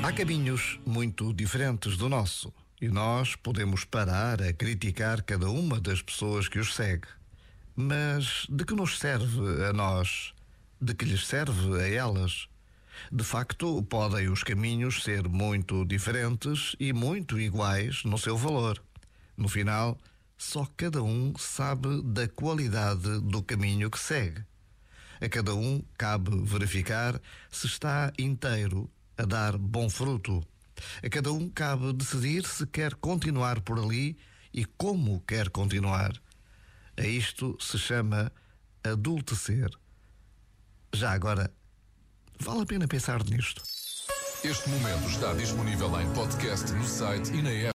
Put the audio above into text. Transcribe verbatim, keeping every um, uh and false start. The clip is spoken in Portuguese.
Há caminhos muito diferentes do nosso e nós podemos parar a criticar cada uma das pessoas que os segue. Mas de que nos serve a nós? De que lhes serve a elas? De facto, podem os caminhos ser muito diferentes e muito iguais no seu valor. No final, só cada um sabe da qualidade do caminho que segue. A cada um cabe verificar se está inteiro a dar bom fruto. A cada um cabe decidir se quer continuar por ali e como quer continuar. A isto se chama adultecer. Já agora, vale a pena pensar nisto. Este momento está disponível em podcast no site e na app.